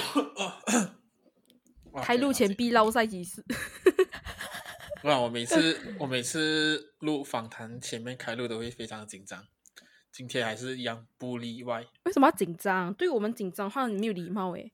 开录前必唠赛几次。 我每次录访谈前面开录都会非常紧张，今天还是一样不例外。 为什么要紧张？对我们紧张话你没有礼貌诶。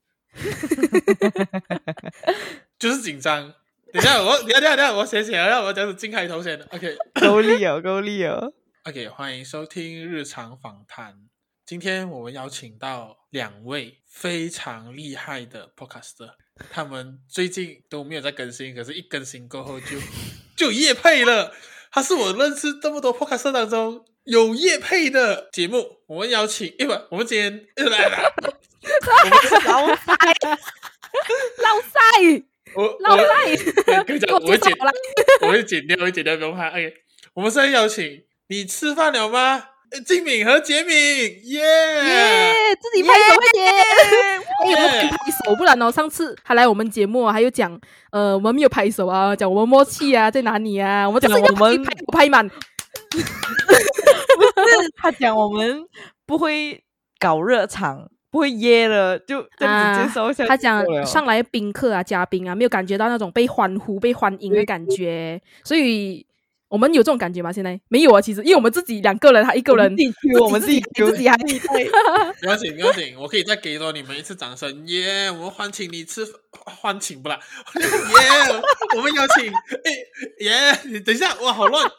就是紧张。等一下，我写起来了，我这样子进开头先。OK， 够力哦。 OK， 欢迎收听日常访谈。今天我们邀请到两位非常厉害的 podcaster， 他们最近都没有在更新，可是一更新过后就有业配了。他是我认识这么多 podcaster 当中有业配的节目。我们邀请，我们今天我们是老塞， 跟你讲，我会剪掉，不用怕。OK， 我们现在邀请你吃饭了吗？静敏和杰敏，耶！ 自己拍手快点！拍手，不然上次还来我们节目还有讲，我们没有拍手啊，讲我们默契啊在哪里啊，我们就是要拍满。不是他讲我们不会搞热场。不会噎了，就这样子接受一下。 他讲上来宾客啊、嘉宾啊，没有感觉到那种被欢呼、被欢迎的感觉，所以我们有这种感觉吗？现在没有啊，其实因为我们自己两个人，他一个人， 我们自己还不要紧，我可以再给多你们一次掌声，耶！我们欢请你吃，欢请不啦，耶！我们邀请，耶！你等一下，哇，好乱。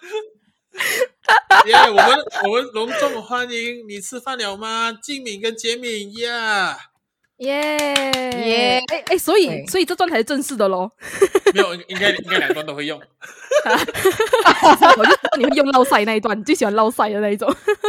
我们隆重欢迎你吃饭了吗？静敏跟杰敏呀， 耶！所以这段才是正式的咯。 没有，应该两段都会用。 我就知道你会用捞赛那一段，你最喜欢捞赛的那一种。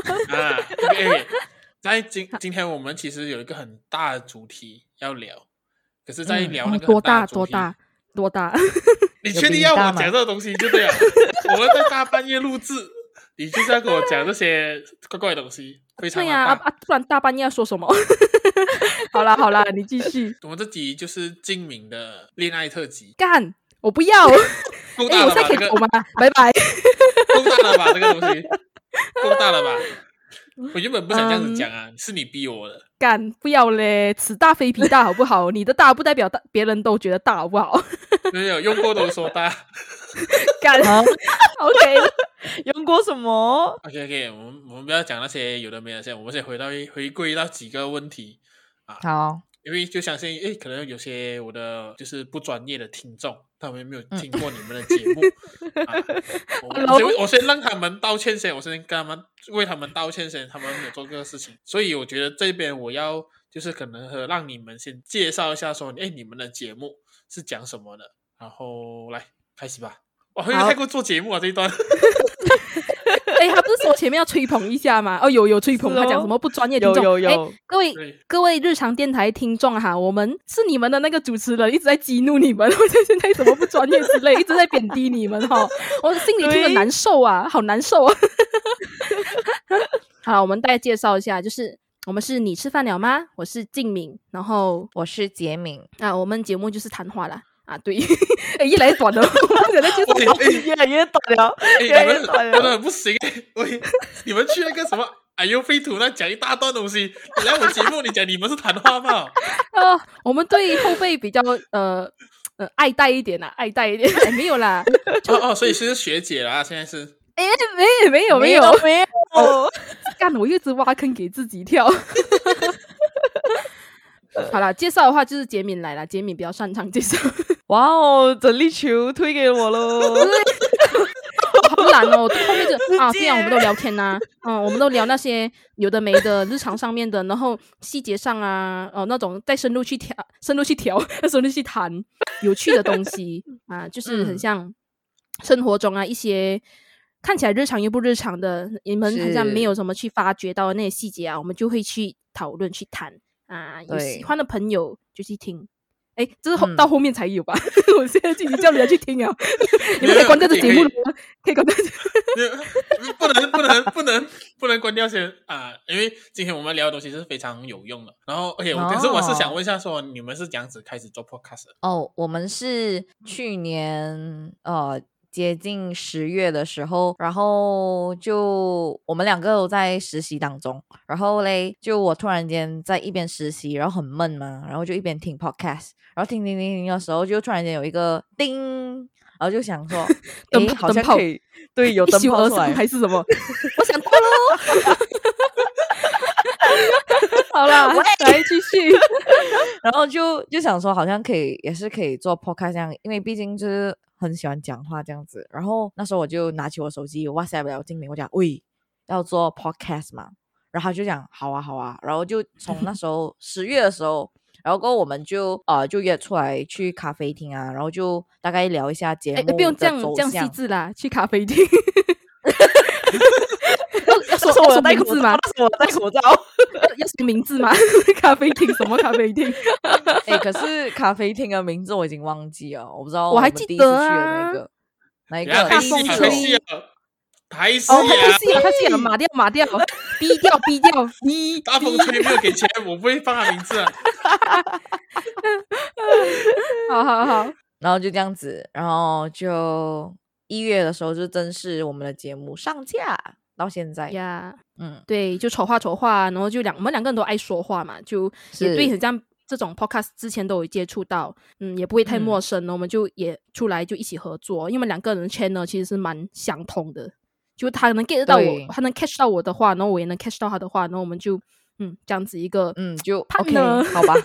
在今天我们其实有一个很大的主题要聊，可是在聊那个多大？你确定要我讲这个东西就对了。我们在大半夜录制，你就是要跟我讲这些怪怪的东西，非常的大。 对不然大半夜要说什么？好啦，你继续。 我们这集就是静敏的恋爱特辑。 干，我不要。 够大了吧？这个我们拜拜。 够大了吧？这个东西够大了吧？我原本不想这样子讲啊，是你逼我的。 干，不要嘞！此大非彼大，好不好？你的大不代表别人都觉得大，好不好？ 没有用过都说大。 干，OK， 用过什么 ？OK， 我们不要讲那些有的没的，我们先回归到几个问题啊。 好， 因为就相信，可能有些我的就是不专业的听众，他们没有听过你们的节目。我先让他们道歉先，我先跟他们为他们道歉先，他们没有做这个事情，所以我觉得这边我要就是可能让你们先介绍一下说，你们的节目是讲什么的，然后来开始吧。哇，会不会太过做节目啊这一段？ 他不是说前面要吹捧一下吗？有吹捧，他讲什么不专业听众？ 有。 各位日常电台听众哈，我们是你们的那个主持人，一直在激怒你们，或者现在什么不专业之类，一直在贬低你们哈，我心里听得难受啊，好难受啊。好，我们大概介绍一下，就是我们是你吃饭了吗？我是静敏，然后我是杰敏我们节目就是谈话啦。对，越来越短了，我想在介绍， 越来越短了， 你们真的很不行你们去那个什么IU飞图那讲一大段东西，你来我节目你讲你们是谈话吗？ 我们对后辈比较爱戴一点啦，没有啦。 所以是学姐啦，现在是。 没有，干，我一直挖坑给自己跳。好啦，介绍的话就是杰敏来了，杰敏比较擅长介绍。 哇哦，整粒球推给我咯。 好难哦，后面就这样我们都聊天啊，我们都聊那些有的没的日常上面的，然后细节上啊，那种再深入去谈有趣的东西啊，就是很像生活中啊一些看起来日常又不日常的，你们好像没有什么去发掘到的那些细节啊，我们就会去讨论去谈啊，有喜欢的朋友就去听。这是到后面才有吧？我现在已经叫人家去听啊！你们可以关掉这节目了吗？可以关掉。 不能关掉先啊！因为今天我们聊的东西是非常有用的。然后，可是我是想问一下，说你们是怎样子开始做 podcast 的？ 我们是去年接近10月的时候，然后就我们2个都在实习当中，然后嘞，就我突然间在一边实习，然后很闷嘛，然后就一边听 podcast， 然后听的时候，就突然间有一个叮，然后就想说，诶，好像可以，对，有灯泡出来还是什么？我想到喽。好啦，来继续。 然后就想说，好像可以，也是可以做 podcast 这样，因为毕竟就是很喜欢讲话这样子。然后那时候我就拿起我手机 WhatsApp 了静明，我讲喂，要做 podcast 嘛，然后他就讲好啊好啊，然后就从那时候10月的时候，然后过后我们就约出来去咖啡厅啊，然后就大概聊一下节目不用这样细致啦，去咖啡厅。要说我戴口罩吗？我戴口罩， 要说名字吗？咖啡厅什么咖啡厅？ 可是咖啡厅的名字我已经忘记了，我不知道。 我还记得啊， 哪一个？ 台戏码掉，逼掉， 大风吹没有给钱，我不会放他名字啊。 好， 然后就这样子，然后就1月的时候就正式我们的节目上架。到现在呀，对，就筹划，然后就我们2个人都爱说话嘛，就也对，很像这种 podcast 之前都有接触到，也不会太陌生，我们就也出来就一起合作，因为我们2个人的 channel 其实是蛮相通的，就他能 get 到我，他能 catch 到我的话，然后我也能 catch 到他的话，然后我们就这样子一个就 OK 好吧。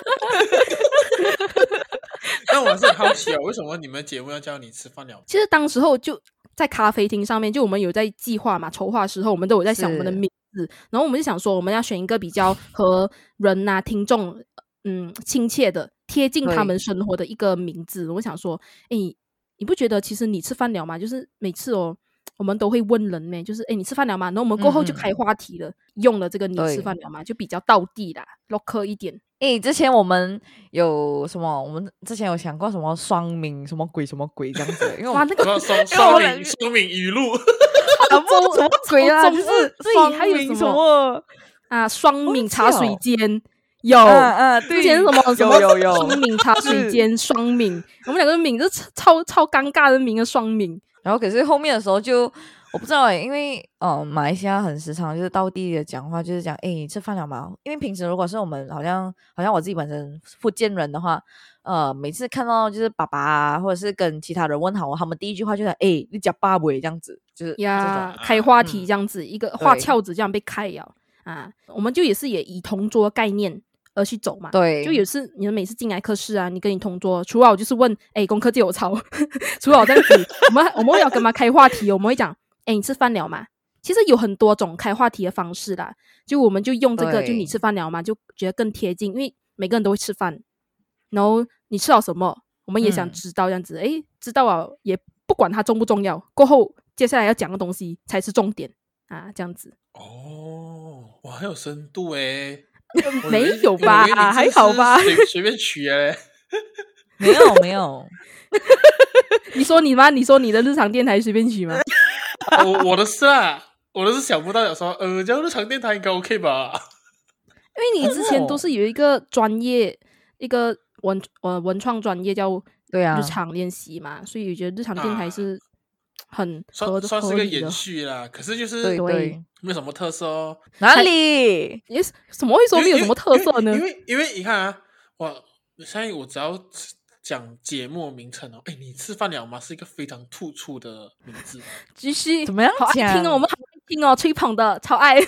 那我是很好奇为什么你们节目要叫你吃饭了？ 其实当时候就在咖啡厅上面，就我们有在计划嘛，筹划的时候我们都有在想我们的名字，然后我们就想说我们要选一个比较和人啊听众亲切的贴近他们生活的一个名字。我想说你不觉得其实你吃饭了吗？就是每次我们都会问人呢，就是你吃饭了吗？然后我们过后就开话题了，用了这个你吃饭了吗，就比较道地啦，local 一点。 之前我们有什么？我们之前有想过什么双名什么鬼这样子，因为那个双名语录， 什么鬼啊？就是对，还有什么啊？双名茶水间有之前什么有双名茶水间双名，我们2个名字超尴尬的名的双名。 然后可是后面的时候就我不知道因为马来西亚很时常就是道地的讲话，就是讲你吃饭了吗？因为平时如果是我们好像我自己本身福建人的话，每次看到就是爸爸啊，或者是跟其他人问好，他们第一句话就是你讲爸不这样子，就是这种开话题这样子，一个话窍子这样被开了啊。我们就也以同桌概念而去走嘛， 对， 就也是你们每次进来课室啊，你跟你同桌，除了我就是问功课借我抄，除了这样子，我们会要跟他开话题，我们会讲你吃饭了吗？其实有很多种开话题的方式啦，就我们就用这个，就你吃饭了吗？就觉得更贴近，因为每个人都会吃饭，然后你吃了什么，我们也想知道这样子，知道了也不管它重不重要，过后接下来要讲的东西才是重点啊，这样子。 哇，很有深度没有吧？还好吧？ 随便取没有。 你说你吗？你说你的日常电台随便取吗？ 我的是啦，我的是想不到，有时候这样日常电台应该 OK 吧？ 因为你之前都是有一个专业，一个文创专业叫日常练习嘛，所以我觉得日常电台是很算是个延续啦。可是就是对没有什么特色哪里？ 怎么会说没有什么特色呢？ 因为你看啊，现在我只要讲节目名称你吃饭了吗？是一个非常突出的名字。 继续怎么样讲？好爱听我们好爱听吹捧的，超爱。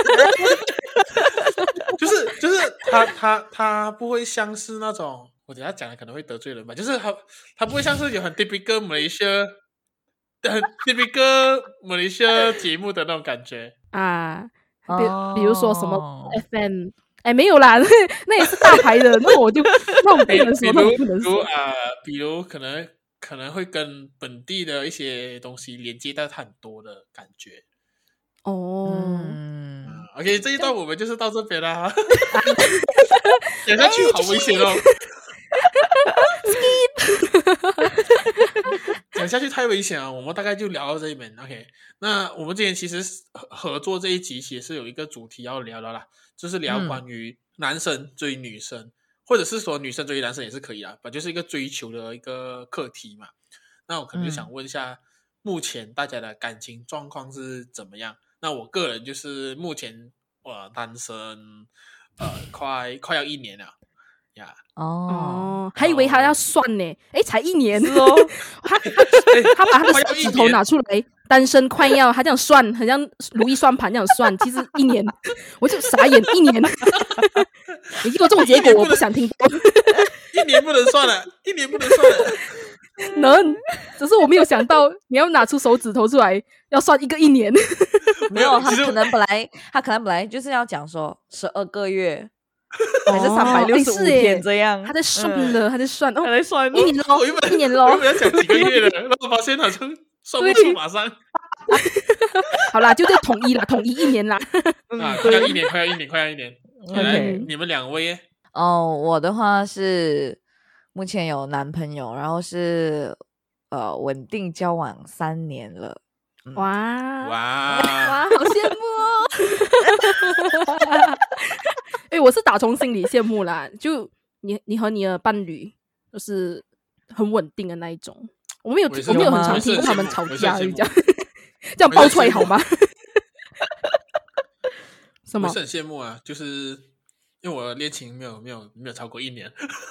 就是他不会像是那种，我等下讲的可能会得罪人吧，就是他不会像是有很 typical Malaysia 节目的那种感觉啊，比如说什么 FM。没有啦，那也是大牌的，那我就那我不能说，那我不能说比如可能会跟本地的一些东西连接到很多的感觉。OK， 这一段我们就是到这边啦。讲下去好危险哦。讲下去太危险了，我们大概就聊到这一边。OK， 那我们之前其实合作这一集其实有一个主题要聊的啦，就是聊关于男生追女生，或者是说女生追男生也是可以啦，就是一个追求的一个课题嘛。 那我可能就想问一下，目前大家的感情状况是怎么样？那我个人就是目前单身，快要1年了呀。 还以为他要算呢，才1年哦， 他把他的手指头拿出来，单身快要，他这样算，很像如意算盘这样算，其实1年，我就傻眼，1年，你给我这种结果，我不想听到。 1年不能算了，1年不能算了。 能，只是我没有想到你要拿出手指头出来，要算1年。 没有，他可能本来就是要讲说12个月。还是365天这样， 他在算了，他在算 1 年咯，1年咯。 我要讲几个月了，然后发现好像算不出，马上。 好啦，就这统一1年啦。 快要1年。来，你们2位我的话是目前有男朋友，然后是稳定交往3年了。 哇，好羡慕哦！我是打从心里羡慕啦，就你和你的伴侣都是很稳定的那一种。我没有很常听过他们吵架，这样爆出来好吗？什么？ 我是很羡慕啊，就是因为我的恋情没有超过1年。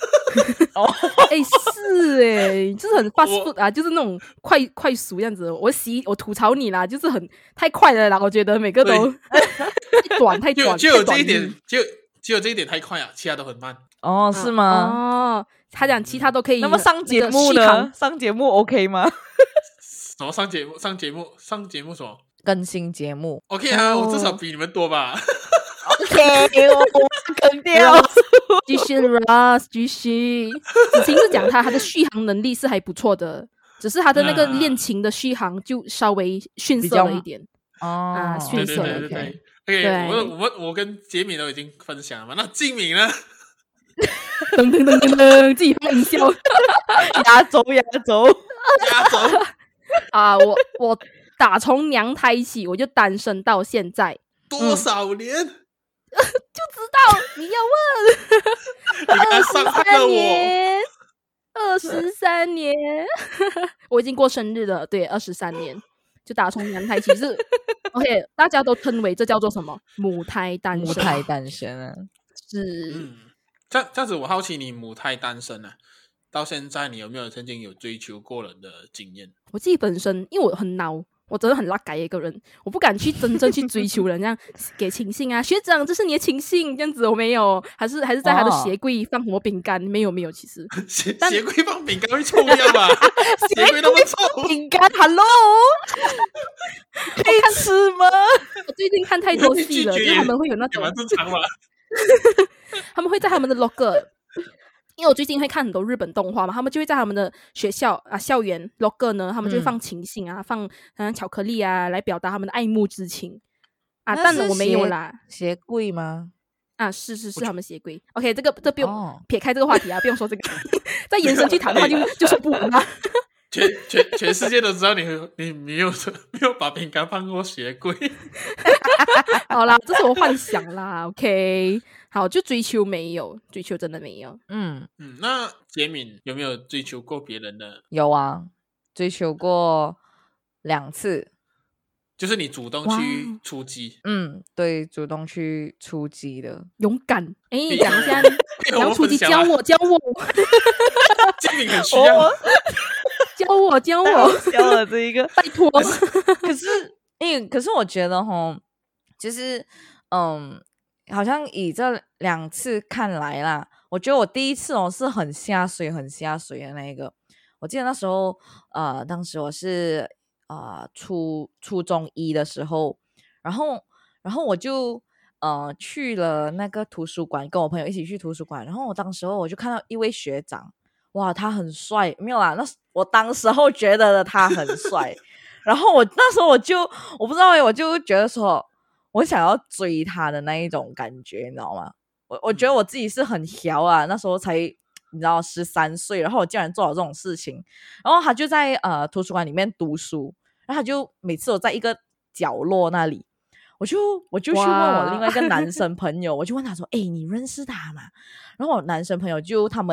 就是很 fast food 啊，就是那种快速这样子。我吐槽你啦，就是太快了啦，我觉得每个都太短， 就有这一点，只有这一点太快啊，其他都很慢。 是吗？ 他讲其他都可以。 那么上节目呢？上节目 OK 吗？ 什么上节目什么？ 更新节目 OK 啊，我至少比你们多吧。 OK， 我更掉。 继续 Ross， 继续。子晴是讲他的续航能力是还不错的，只是他的那个恋情的续航就稍微逊色了一点。逊色了。 对，我跟杰敏都已经分享了嘛，那静敏呢？ 噔，自己放音效。 压轴啊！我打从娘胎起我就单身到现在， 多少年？ 就知道你要问。23年，23年，我已经过生日了。对，23年，就打从娘胎起是 OK， 大家都称为这叫做什么？母胎单身。 母胎单身啊， 是。 这样子，我好奇你母胎单身啊，到现在你有没有曾经有追求过人的经验？ 我自己本身，因为我很孬，我真的很拉改一个人，我不敢去真正去追求人，这样给情信啊，学长，这是你的情信，这样子我没有，还是在他的鞋柜放什么饼干？没有，其实鞋柜放饼干会臭掉吧？鞋柜那么臭， 饼干 ，Hello， 可以吃吗？ 我最近看太多戏了，就他们会有那种， 蛮正常吧。 他们会在他们的 locker， 因为我最近会看很多日本动画嘛，他们就会在他们的学校啊校园 locker 呢，他们就会放情信啊，放巧克力啊，来表达他们的爱慕之情啊。但我没有啦， 鞋柜吗？ 是他们鞋柜。OK， 这不用撇开这个话题啊，不用说这个，再延伸去谈的话就说不完啦。 全世界都知道你没有把饼干放过鞋柜。 好啦，这是我幻想啦。OK， 好，就追求没有，追求真的没有。 那杰敏有没有追求过别人的？ 有啊，追求过2次。 就是你主动去出击。 对，主动去出击的， 勇敢。讲一下，然后出击，教我。杰敏很需要。 教我教了这一个， 拜托。 可是我觉得就是好像以这2次看来啦，我觉得我第一次是很下水的那一个。我记得那时候当时我是初中1的时候，然后我就去了那个图书馆，跟我朋友一起去图书馆，然后当时我就看到一位学长，哇，他很帅，没有啦，我当时候觉得他很帅，然后那时候我不知道我就觉得说我想要追他的那一种感觉，你知道吗？我觉得我自己是很小啊，那时候才你知道13岁，然后我竟然做了这种事情。然后他就在图书馆里面读书，然后他就每次我在一个角落那里，我就去问我另外一个男生朋友，我就问他说：“你认识他吗？”然后我男生朋友他们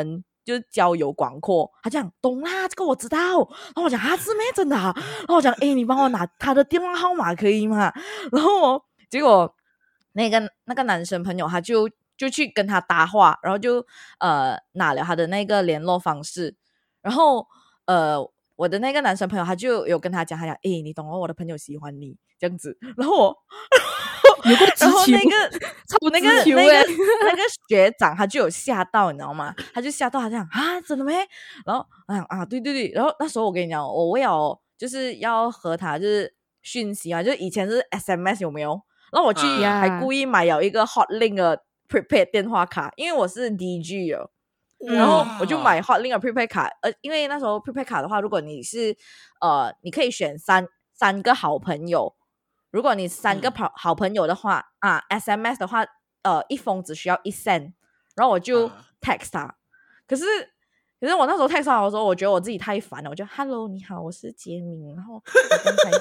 就是交友广阔。他讲懂啦，这个我知道。然后我讲是咩真的啊？然后我讲你帮我拿他的电话号码可以吗？然后结果那个男生朋友他就去跟他搭话，然后就拿了他的那个联络方式，然后我的那个男生朋友他就有跟他讲，他讲你懂我的朋友喜欢你这样子，然后我然后那个学长他就有吓到，你知道吗？他就吓到，他这样真的没？然后对对对，然后那时候我跟你讲，我为了就是要和他就是讯息啊，就是以前是 SMS 有没有？然后我去还故意买了一个 Hotlink 的 prepaid 电话卡，因为我是 DG 哦。然后我就买 Hotlink 的 prepaid 卡，因为那时候 prepaid 卡的话，如果你是你可以选三个好朋友，如果你3个好朋友的话SMS 的话一封只需要1 cent， 然后我就 text 他，可是我那时候 text 他的时候，我觉得我自己太烦了，我就 Hello 你好，我是杰明，然后我刚才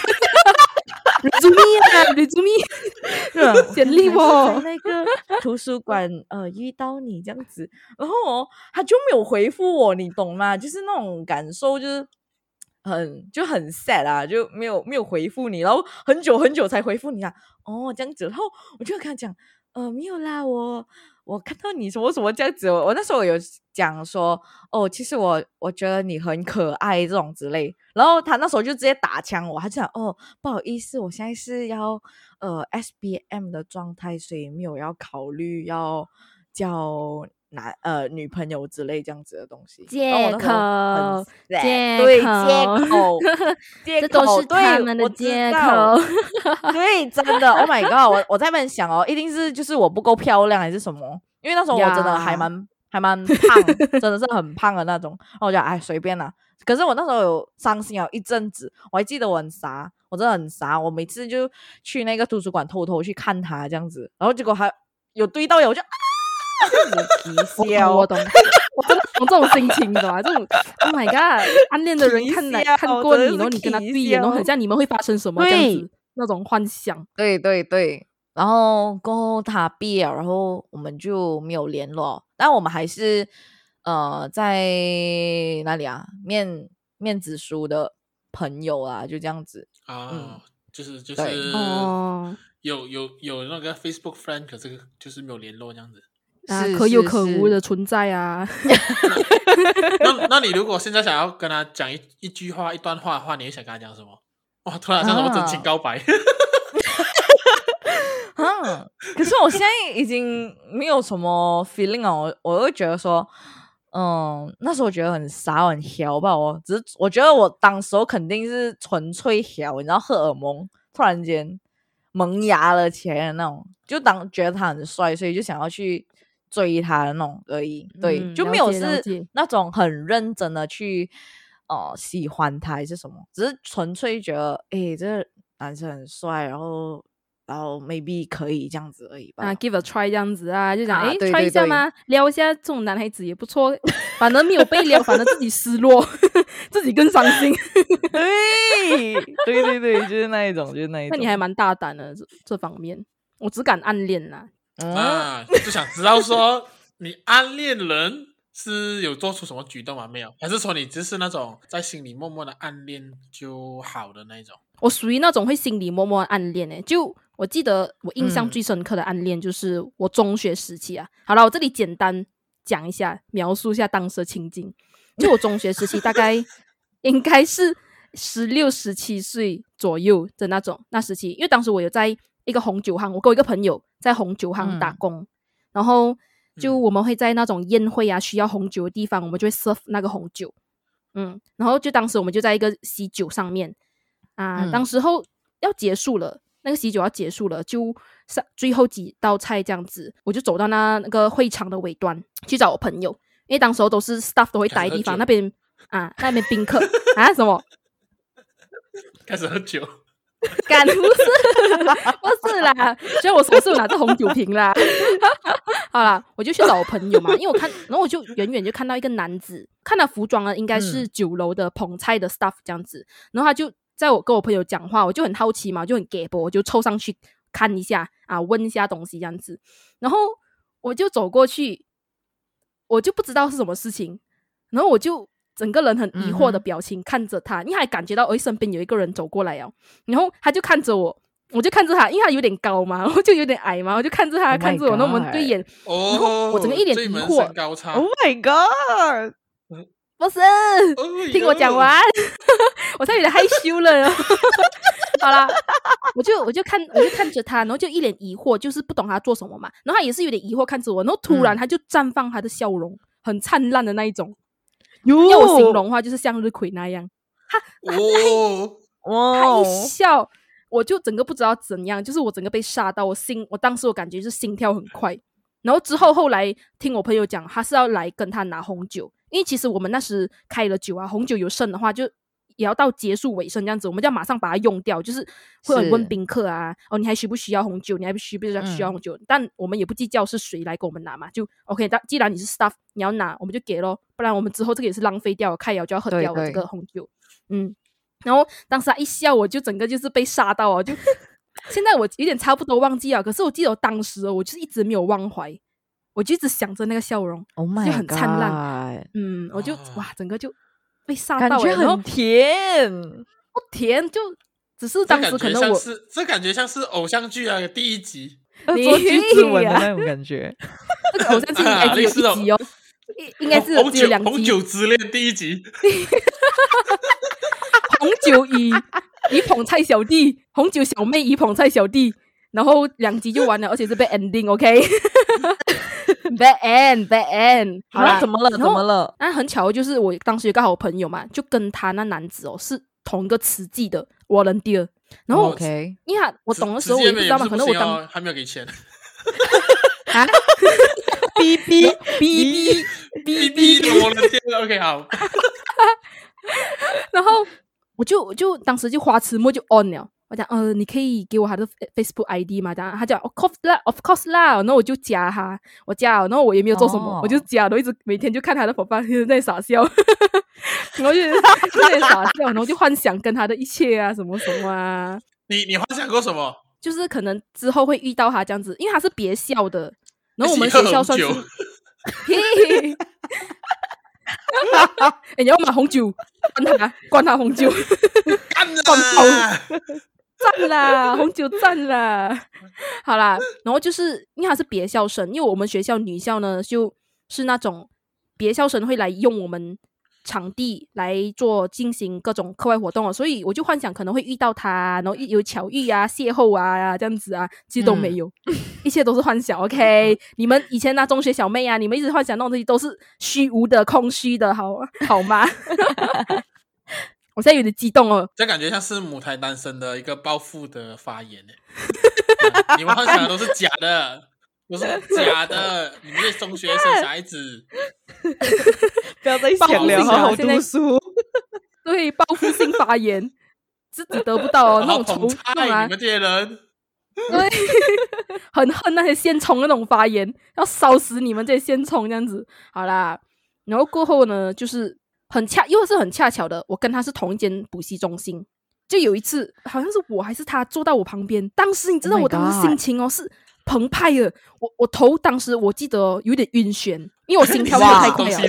你注意简历在那个图书馆遇到你这样子，然后他就没有回复我，你懂吗？就是那种感受，就是很 sad 啊，就没有回复你，然后很久很久才回复你啊。这样子，然后我就跟他讲没有啦，我看到你什么什么这样子，我那时候有讲说其实我觉得你很可爱这种之类，然后他那时候就直接打枪我，他就讲不好意思，我现在是要SBM 的状态，所以没有要考虑要交女朋友之类这样子的东西。 借口这都是他们的借口。 对，真的 Oh my god， 我在那边想一定是就是我不够漂亮还是什么，因为那时候我真的还蛮胖真的是很胖的那种，然后我就随便啦。可是我那时候有伤心一阵子，我还记得我很傻，我真的很傻，我每次就去那个图书馆偷偷去看他这样子，然后结果还有对到眼，我就我懂，我真的懂这种心情的啊，这种 Oh my god， 暗恋的人看过你，然后你跟他对眼，然后很像你们会发生什么这样子，那种幻想。 对对对，然后过后他毕业，然后我们就没有联络，但我们还是在哪里啊？面子书的朋友啊，就这样子就是有那个 Facebook friend， 可是就是没有联络这样子。 可有可无的存在啊。 那你如果现在想要跟他讲一句话一段话的话，你会想跟他讲什么？哇，突然像什么真情告白。 可是我现在已经没有什么 feeling 了，我会觉得说那时候我觉得很傻很屌吧，只是我觉得我当时候肯定是纯粹屌，你知道荷尔蒙突然间萌芽了起来的那种，就觉得他很帅，所以就想要去追他的那种而已。对，就没有是那种很认真的去喜欢他还是什么，只是纯粹觉得这个男生很帅，然后 maybe 可以这样子而已吧。 give a try 这样子啊，就讲对 try 一下吗？撩一下，这种男孩子也不错，反正没有被撩，反正自己失落，自己更伤心。 对，就是那一种， 那你还蛮大胆的这方面，我只敢暗恋啦。 就想知道说你暗恋人是有做出什么举动吗？没有，还是说你只是那种在心里默默的暗恋就好的那一种？ 我属于那种会心里默默暗恋就我记得我印象最深刻的暗恋就是我中学时期啊。好了，我这里简单讲一下，描述一下当时的情景。就我中学时期大概应该是16、17岁左右的那时期，因为当时我有在一个红酒行，我跟我一个朋友在红酒行打工，然后就我们会在那种宴会啊需要红酒的地方，我们就会 serve 那个红酒。然后就当时我们就在一个喜酒上面当时候要结束了，那个喜酒要结束了，就最后几道菜这样子，我就走到那个会场的尾端去找我朋友，因为当时候都是 staff 都会待的地方，那边宾客什么开始喝酒。 干不是啦，所以我手是有拿着红酒瓶啦。好啦，我就去找我朋友嘛，因为然后我就远远就看到一个男子，看他服装呢应该是酒楼的捧菜的 staff 这样子，然后他就在我跟我朋友讲话，我就很好奇嘛，就很 gay 我就凑上去看一下问一下东西这样子，然后我就走过去， 我就不知道是什么事情，然后我就整个人很疑惑的表情看着他，因为还感觉到身边有一个人走过来然后他就看着我，我就看着他，因为他有点高嘛，我就有点矮嘛，我就看着他、 Oh my 看着我，那我们对眼，然后我整个一脸疑惑。 Oh my god！ 不是，听我讲完，我才有点害羞了。好啦，我就看着他，然后就一脸疑惑，就是不懂他做什么嘛。然后他也是有点疑惑看着我，然后突然他就绽放他的笑容，很灿烂的那一种。要我形容的话，就是向日葵那样。他一笑，我就整个不知道怎样，就是我整个被吓到，我当时我感觉是心跳很快。然后后来听我朋友讲，他是要来跟他拿红酒，因为其实我们那时开了酒啊，红酒有剩的话就也要到结束尾声这样子，我们就要马上把它用掉，就是会问宾客啊，你还需不需要红酒？你还需不需要红酒？但我们也不计较是谁来给我们拿嘛，就 OK。既然你是 staff， 你要拿我们就给咯，不然我们之后这个也是浪费掉了，开了就要喝掉了这个红酒。然后当时他一笑，我就整个就是被吓到就现在我有点差不多忘记了，可是我记得我当时我就是一直没有忘怀，我就一直想着那个笑容，就很灿烂。我就哇，整个就被杀到， 感觉很甜， 不甜，就只是当时可能这感觉像是偶像剧啊第一集， 做剧之吻的那种感觉。 这个偶像剧应该只有一集应该是只有2集。 红酒之恋第一集。 红酒与捧菜小弟，红酒小妹与捧菜小弟，然后2集就完了，而且是 bad ending，OK？ bad end。好啦， 怎么了？ 那很巧，就是我当时有个好朋友嘛，就跟他那男子是同一个慈济的 volunteer， 然后因为我懂的时候我也不知道嘛，可能我还没有给钱啊。哔哔的 volunteer，OK 好。 然后我就当时就花痴摸就 on 了，我讲你可以给我他的 Facebook ID 吗？他讲 of course 啦，然后我就加他，然后我也没有做什么，我就加，然后一直每天就看他的profile在傻笑，然后就在傻笑，然后就幻想跟他的一切啊，什么什么啊。 你幻想过什么？ 就是可能之后会遇到他这样子，因为他是别校的，然后我们学校算是你要买红酒，灌他红酒，赞啦，红酒赞啦。好啦，然后就是因为他是别校生，因为我们学校女校呢就是那种别校生会来用我们场地来进行各种课外活动所以我就幻想可能会遇到他，然后有巧遇啊、邂逅啊这样子啊，其实都没有，一切都是幻想。OK， 你们以前中学小妹啊，你们一直幻想那种东西都是虚无的、空虚的，好吗？我现在有点激动这感觉像是母胎单身的一个报复的发言你们幻想的都是假的，都是假的，你们这中学生小孩子不要再想了，好好读书。 对，报复性发言，自己得不到那种仇恨你们这些人， 对，很恨那些现充的那种发言，要烧死你们这些现充这样子。好啦，然后过后呢，就是又是很恰巧的，我跟他是同一间补习中心。就有一次，好像是我还是他坐到我旁边，当时你知道我当时心情是澎湃的，我头当时我记得有点晕眩，因为我心跳太快了。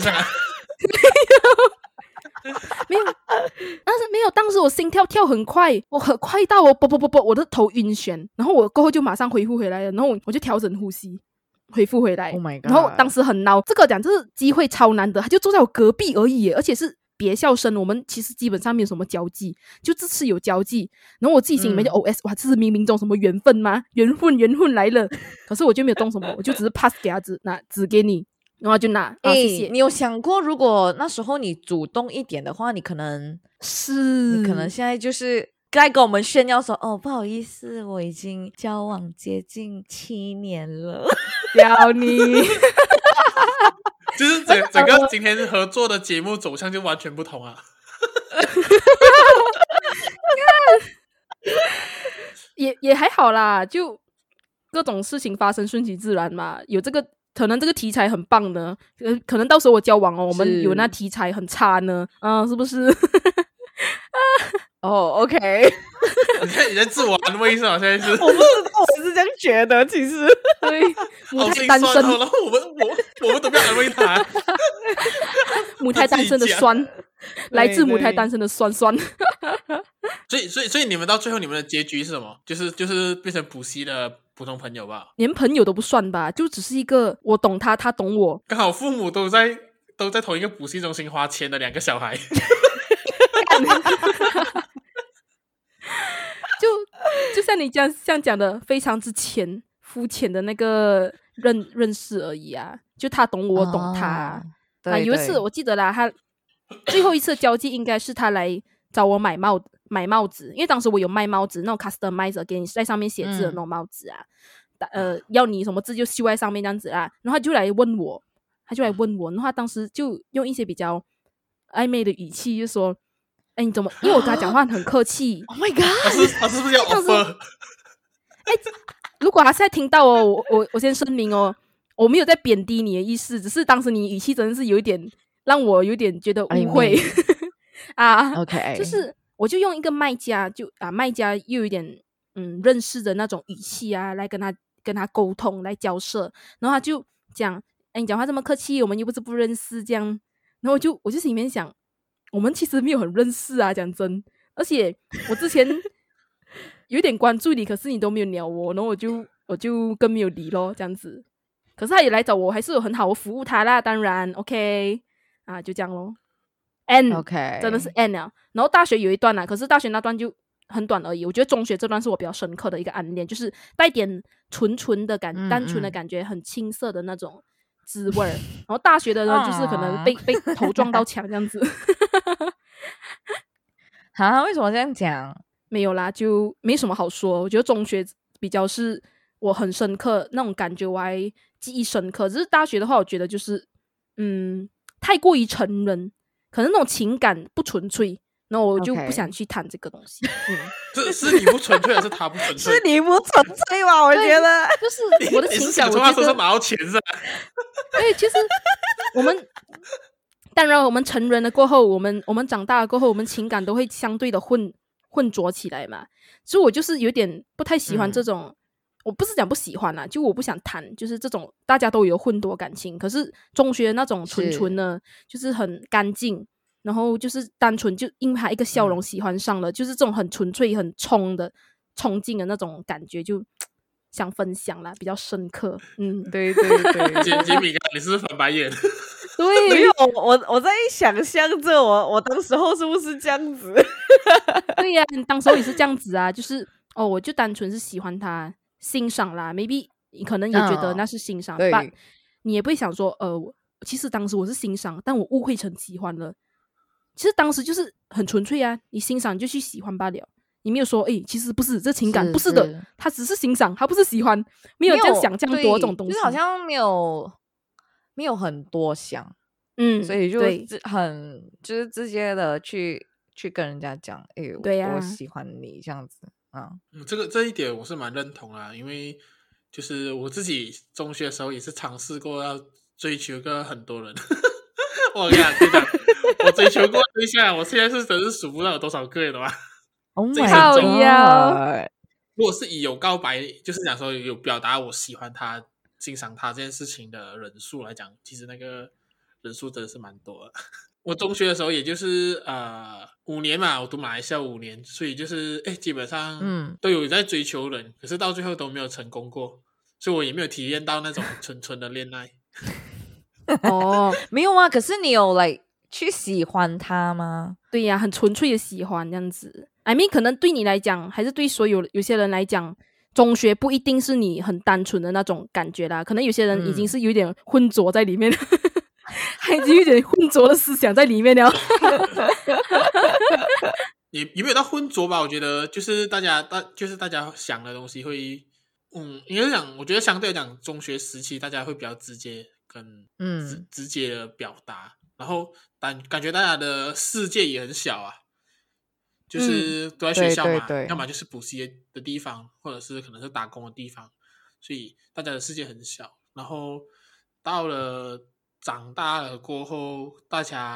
没有，但是没有，当时我心跳跳很快，我很快到我的头晕眩，然后我过后就马上恢复回来了，然后我就调整呼吸恢复回来。 Oh my god！ 然后当时很恼，这个是机会超难得，他就坐在我隔壁而已，而且是别校生，我们其实基本上没有什么交际，就这次有交际，然后我自己心里面就 OS， 哇，这是冥冥中什么缘分吗？缘分来了，可是我就没有动什么，我就只是 pass 给他拿纸给你。然后就拿谢谢。 你有想过如果那时候你主动一点的话，你可能现在就是该跟我们炫耀说不好意思，我已经交往接近7年了。 屌你就是整个今天合作的节目走向就完全不同啊。 也还好啦，就各种事情发生顺其自然嘛，有这个可能这个题材很棒呢，可能到时候我交往我们有那题材很差呢，是不是？ 哦，OK， 你看你在自我安慰是吧？现在是我不知道，我是这样觉得，其实对，母好胎单身， 心酸哦，然后我们都不要安慰他， 母胎单身的酸，来自母胎单身的酸酸。 所以你们到最后你们的结局是什么？就是变成补习的普通朋友吧？ 连朋友都不算吧，就只是一个我懂他，他懂我。 刚好父母都在同一个补习中心花钱的两个小孩。 就像你像讲的，非常之肤浅的那个认识而已啊。就他懂我，我懂他。 对， 有一次我记得啦，他最后一次交际应该是他来找我买帽子，因为当时我有卖帽子，那种 customizer 给你在上面写字的那种帽子啊，要你什么字就绣在上面这样子啊，然后他就来问我，然后他当时就用一些比较暧昧的语气就说：“哎，你怎么？”因为我跟他讲话很客气。 Oh my god！ 他是不是要 offer？ 如果他现在听到哦，我先声明哦，我没有在贬低你的意思，只是当时你语气真的是有一点让我有点觉得误会啊。 OK， 就是我就用一个卖家又有点认识的那种语气啊，来跟他沟通，来交涉，然后他就讲：“哎，你讲话这么客气，我们又不是不认识这样。”然后我就心里面想，我们其实没有很认识啊，讲真，而且我之前有点关注你，可是你都没有鸟我，然后我就更没有理咯，这样子。可是他也来找我，还是有很好的服务他啦，当然 OK 啊，就这样咯。 OK， 真的是 N 了。然后大学有一段啦，可是大学那段就很短而已。我觉得中学这段是我比较深刻的一个暗恋，就是带点单纯的感觉，很青涩的那种滋味儿。然后大学的呢，就是可能被头撞到墙这样子。 啊？为什么这样讲？ 没有啦，就没什么好说。我觉得中学比较是我很深刻那种感觉，我还记忆深刻。只是大学的话，我觉得就是太过于成人，可能那种情感不纯粹，然后我就不想去谈这个东西。 是你不纯粹还是他不纯粹？ 是你不纯粹吧？我觉得就是我的情感，我觉得拿到钱是吧？ 对，其实当然我们成人了过后，我们长大了过后，我们情感都会相对的混浊起来嘛。所以我就是有点不太喜欢这种，我不是讲不喜欢啦，就我不想谈，就是这种大家都有混多感情，可是中学那种纯呢，就是很干净，然后就是单纯就因为他一个笑容喜欢上了，就是这种很纯粹、很冲劲的那种感觉，就想分享啦，比较深刻。 对对对， 杰米，你是不是翻白眼？ 对， 没有，我在想象着我当时候是不是这样子？ 对呀，你当时候也是这样子啊，就是我就单纯是喜欢他，欣赏啦 ，maybe 你可能也觉得那是欣赏， 对， 但你也不会想说，其实当时我是欣赏，但我误会成喜欢了。其实当时就是很纯粹啊，你欣赏就去喜欢罢了，你没有说，其实不是这情感，不是的，他只是欣赏，他不是喜欢，没有这样想这样多这种东西， 就是好像没有很多想，所以就很就是直接的去跟人家讲， 对呀， 我喜欢你这样子啊。 这一点我是蛮认同啦，因为就是我自己中学的时候也是尝试过要追求个很多人。我跟你讲，我追求过对象，我现在真是数不到有多少个了吧。 Oh my god！ 如果是以有告白，就是讲说有表达我喜欢他、欣赏他这件事情的人数来讲，其实那个人数真的是蛮多的。我中学的时候，也就是5年嘛，我读马来西亚5年，所以就是基本上都有在追求人，可是到最后都没有成功过，所以我也没有体验到那种纯纯的恋爱。 没有啊，可是你有去喜欢他吗？ 对呀，很纯粹的喜欢这样子。I mean， 可能对你来讲，还是对有些人来讲，中学不一定是你很单纯的那种感觉啦。可能有些人已经是有点混浊在里面，还已经有点混浊的思想在里面了。 也没有到混浊吧？我觉得就是大家想的东西会，应该讲，我觉得相对来讲，中学时期大家会比较直接跟直接的表达，然后感觉大家的世界也很小啊。就是都在学校嘛，要么就是补习的地方，或者是可能是打工的地方，所以大家的世界很小。然后到了长大了过后，大家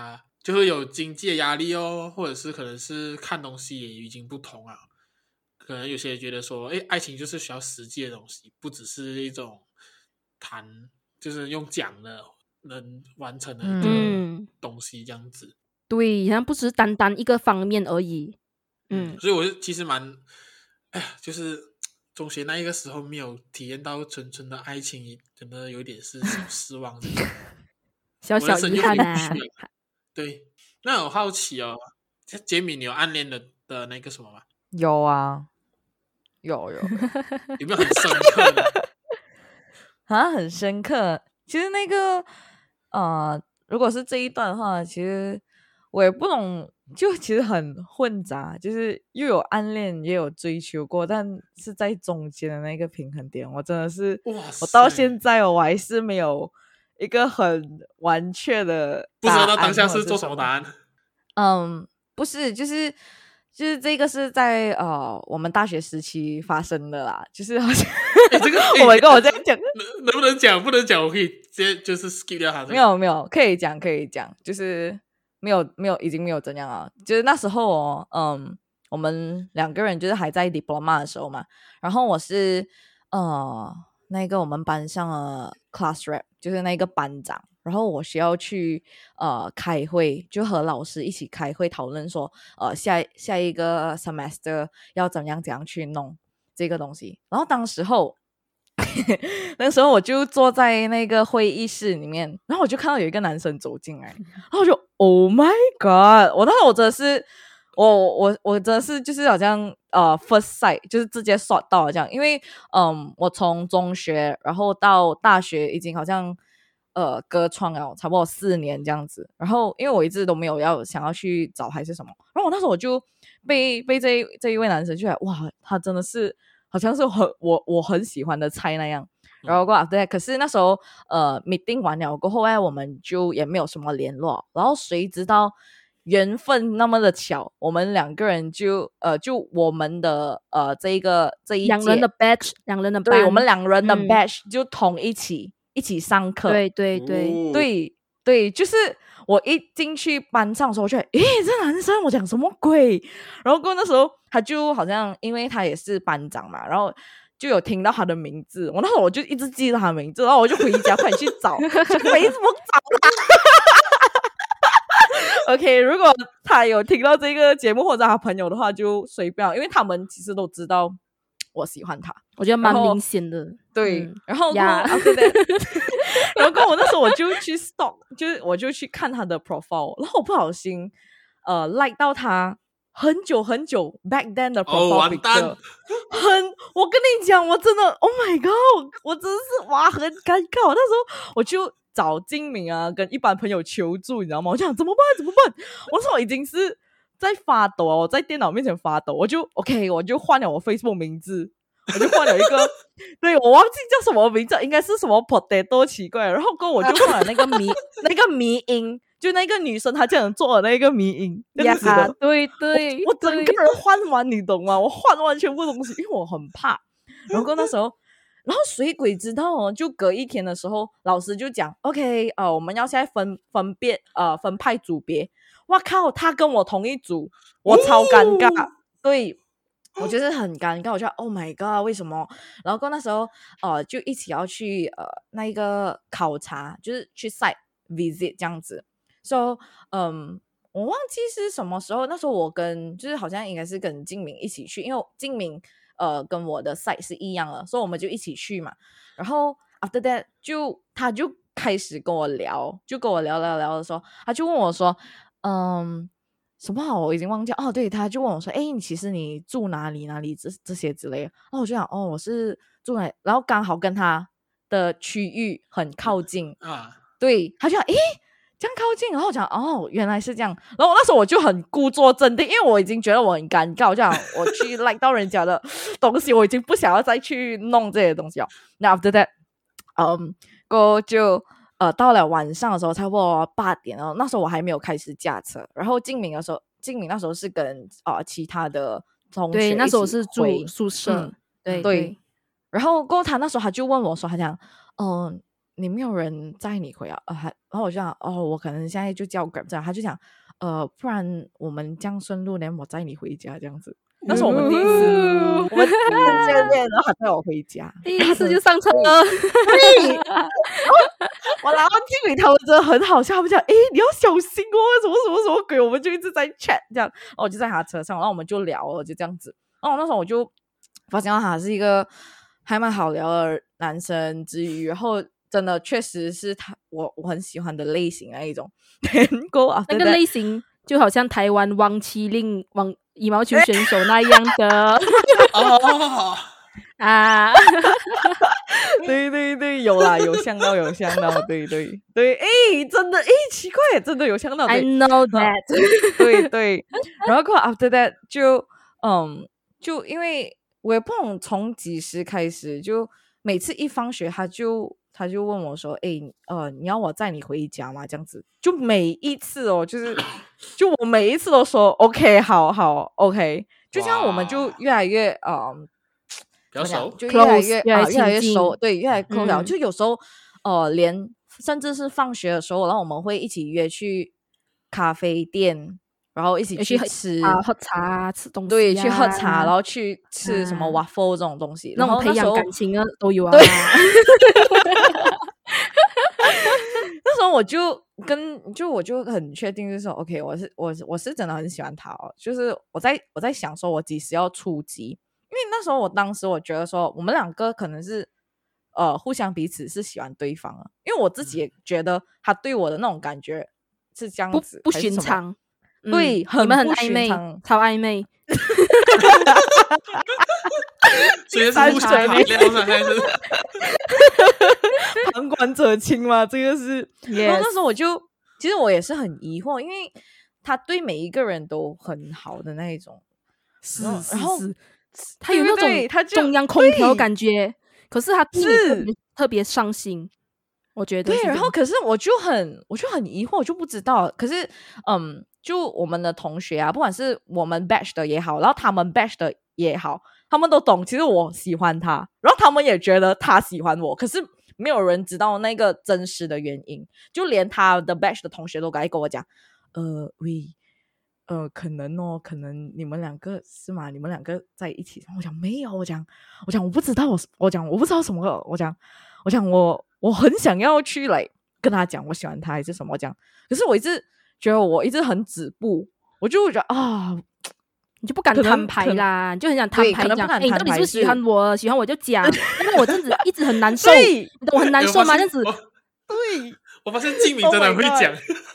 就会有经济的压力哦，或者是可能是看东西也已经不同啊。可能有些人觉得说，哎，爱情就是需要实际的东西，不只是一种就是用讲的能完成的一个东西这样子。 对，好像不只是单单一个方面而已。 所以我其实就是中学那一个时候没有体验到纯纯的爱情，真的有点是小失望的。 小小遗憾啊。 对，那我好奇哦，杰米，你有暗恋的那个什么吗？ 有啊，有有没有很深刻的？ 很深刻。其实那个如果是这一段的话，其实我也不懂，就其实很混杂，就是又有暗恋也有追求过，但是在中间的那个平衡点，我真的是我到现在我还是没有一个很完确的答案，不知道当下是做什么答案。 不是，就是这个是在我们大学时期发生的啦，就是好像这个我跟我这样讲， 能不能讲？不能讲，我可以直接就是 skip 掉它。 没有，可以讲，就是没有，已经没有怎样啊。就是那时候我们两个人就是还在 diploma 的时候嘛，然后我是那个我们班上的 class rep， 就是那个班长。然后我需要去开会，就和老师一起开会讨论说下一个 semester 要怎样去弄这个东西。然后那时候我就坐在那个会议室里面，然后我就看到有一个男生走进来，然后我就 Oh my God！ 我真的是我真的是就是好像first sight 就是直接刷到了这样，因为我从中学然后到大学已经好像隔窗了差不多4年这样子，然后因为我一直都没有想要去找还是什么，然后我那时候我就被这一位男生就来，哇，他真的是好像是我很喜欢的菜那样。然后对，可是那时候meeting 完了过后我们就也没有什么联络，然后谁知道缘分那么的巧，我们两个人就我们的这一届两人的 batch， 两人的班， 对，我们两人的 batch 就同一起上课。对，就是我一进去班上的时候，我就觉得这男生我讲什么鬼？然后过那时候他就好像因为他也是班长嘛，然后就有听到他的名字，我那时候我就一直记得他的名字，然后我就回家快点去找，就没怎么找他。OK， 如果他有听到这个节目或者他朋友的话，就随便，因为他们其实都知道我喜欢他， 我觉得蛮明显的。 对，然后after that， 然后我那时候我就去 stalk， 就是我就去看他的 profile， 然后我不小心like 到他很久 back then 的 profile picture， 我跟你讲，我真的 Oh my God， 我真的是哇很尴尬，那时候我就找精明啊跟一般朋友求助，你知道吗？我想怎么办？我说我已经是在发抖啊，我在电脑面前发抖，我就换了我 Facebook 名字，我就换了一个对，我忘记叫什么名字，应该是什么 potato 奇怪，然后跟我就换了那个迷音，就那个女生她这样做的那个迷音， 呀，对， 我整个人换完，你懂吗？我换完全部东西，因为我很怕。然后那时候，然后水鬼知道哦，就隔一天的时候，老师就讲 OK， 我们要现在分派组别。哇靠，他跟我同一组，我超尴尬，对。我就是很尴尬，我就 Oh my God， 为什么？然后那时候就一起要去那一个考察，就是去 site visit 这样子。So 我忘记是什么时候，那时候我就是好像应该是跟静明一起去，因为静明跟我的 site 是一样的，所以我们就一起去嘛。然后 after that 他就开始跟我聊，的时候，他就问我说什么好我已经忘记哦，对，他就问我说你其实你住哪里这些之类的，然后我就想我是住哪里，然后刚好跟他的区域很靠近啊，对，他就想这样靠近，然后我讲原来是这样，然后那时候我就很故作镇定，因为我已经觉得我很尴尬，我就想我去 like 到人家的东西，我已经不想要再去弄这些东西了。那 after that 过后就到了晚上的时候差不多8点，然后那时候我还没有开始驾车，然后静明那时候是跟其他的同学对，那时候是住回宿舍， 对，然后过后他那时候他就问我说，他讲你没有人载你回啊？然后我就讲我可能现在就叫 Grab 这样，他就讲不然我们这样顺路，连我载你回家这样子。那是我们第一次，我们见面，然后他带我回家， 第一次就上车了。 我然后经理他们真的很好笑，他们讲你要小心哦，什么什么什么鬼，我们就一直在 chat 这样，然后我就在他车上，然后我们就聊了，就这样子。然后那时候我就发现他是一个还蛮好聊的男生之余，然后真的确实是我很喜欢的类型那一种。 那个类型就好像台湾王麒麟羽毛球选手那样的哦啊， 对对对，有啦，有像到，对对对，真的奇怪，真的有像到。 I know that 对对，然后after that 就因为我也不懂从几时开始，就每次一放学他就问我说你要我载你回家吗？这样子，就每一次就我每一次都说 OK 好 OK， 就这样我们就越来越比较熟， 就越来越近熟，对，越来越 close 了。就有时候连甚至是放学的时候，然后我们会一起约去咖啡店，然后一起去吃喝茶吃东西， 对，去喝茶，然后去吃什么 waffle 这种东西， 那种培养感情啊都有啊。 对那时候我就很确定，就是说 OK， 我是真的很喜欢他哦。就是我在想说，我几时要出击？因为那时候当时我觉得说，我们两个可能是互相彼此是喜欢对方啊。因为我自己也觉得他对我的那种感觉是这样子， 不寻常。 对， 你们很暧昧，超暧昧。 所以是互相体谅上还是旁观者清嘛？这个是。 Yes. 然后那时候其实我也是很疑惑，因为他对每一个人都很好的那一种， 是， 然后他有那种中央空调感觉，可是他特别伤心，我觉得对。然后可是我就很疑惑，我就不知道。可是就我们的同学啊，不管是我们 batch 的也好，然后他们 batch 的也好，他们都懂其实我喜欢他，然后他们也觉得他喜欢我，可是没有人知道那个真实的原因。就连他的 batch 的同学都跟我讲可能你们两个是吗？你们两个在一起？我讲没有，我讲我不知道，我讲我不知道什么，我讲我很想要去来跟他讲我喜欢他还是什么讲，可是我一直觉得我一直很止步，我就觉得你就不敢摊牌啦，你就很想摊牌讲，你到底是不是喜欢我？喜欢我就讲，因为我这样子一直很难受，我很难受吗？这样子， 对， 我发现静敏真的很会讲。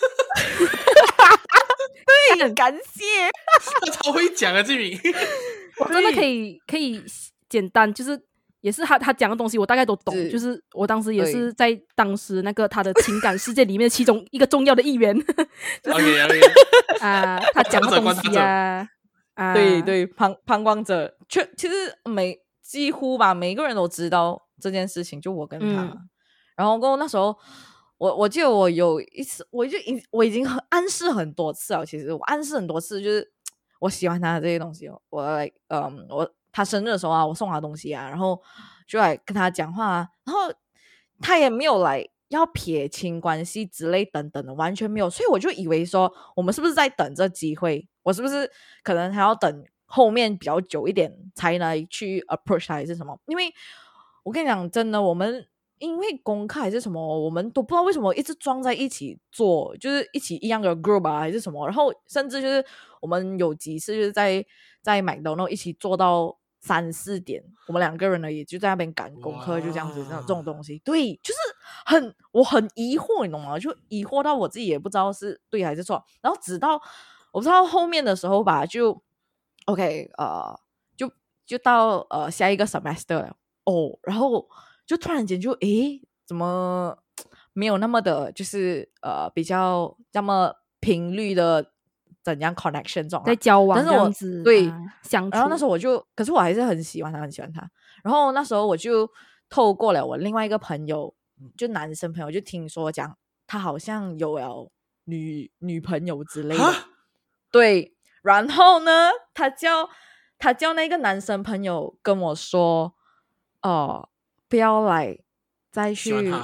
对，很感谢， 他超会讲啊，静敏。 我真的可以简单，就是也是他讲的东西，我大概都懂。就是我当时也是在当时那个他的情感世界里面其中一个重要的一员。 OK 他讲的东西啊， 对对，旁观者，其实几乎吧，每个人都知道这件事情，就我跟他。然后那时候。我记得我有一次，我已经暗示很多次了。其实我暗示很多次，就是我喜欢他的这些东西。他生日的时候啊，我送他东西啊，然后就来跟他讲话啊，然后他也没有来要撇清关系之类等等的，完全没有。所以我就以为说，我们是不是在等这机会？我是不是可能还要等后面比较久一点才来去 approach 他还是什么？因为我跟你讲，真的我们。因为功课还是什么，我们都不知道为什么一直装在一起做，就是一样的 group 啊，还是什么。然后甚至就是我们有几次就是在麦当劳一起做到3、4点，我们2个人呢也就在那边赶功课，就这样子这种东西。对，就是我很疑惑，你懂吗？就疑惑到我自己也不知道是对还是错。然后直到我不知道后面的时候吧，就 OK 就到下一个 semester 了然后。就突然间就怎么没有那么的，就是比较那么频率的怎样 connection 这种在交往这样子， 对相处。 然后那时候可是我还是很喜欢他，很喜欢他。然后那时候我就透过了我另外一个朋友，就男生朋友，就听说讲他好像有了女朋友之类的。对，然后呢，他叫那个男生朋友跟我说，不要来再去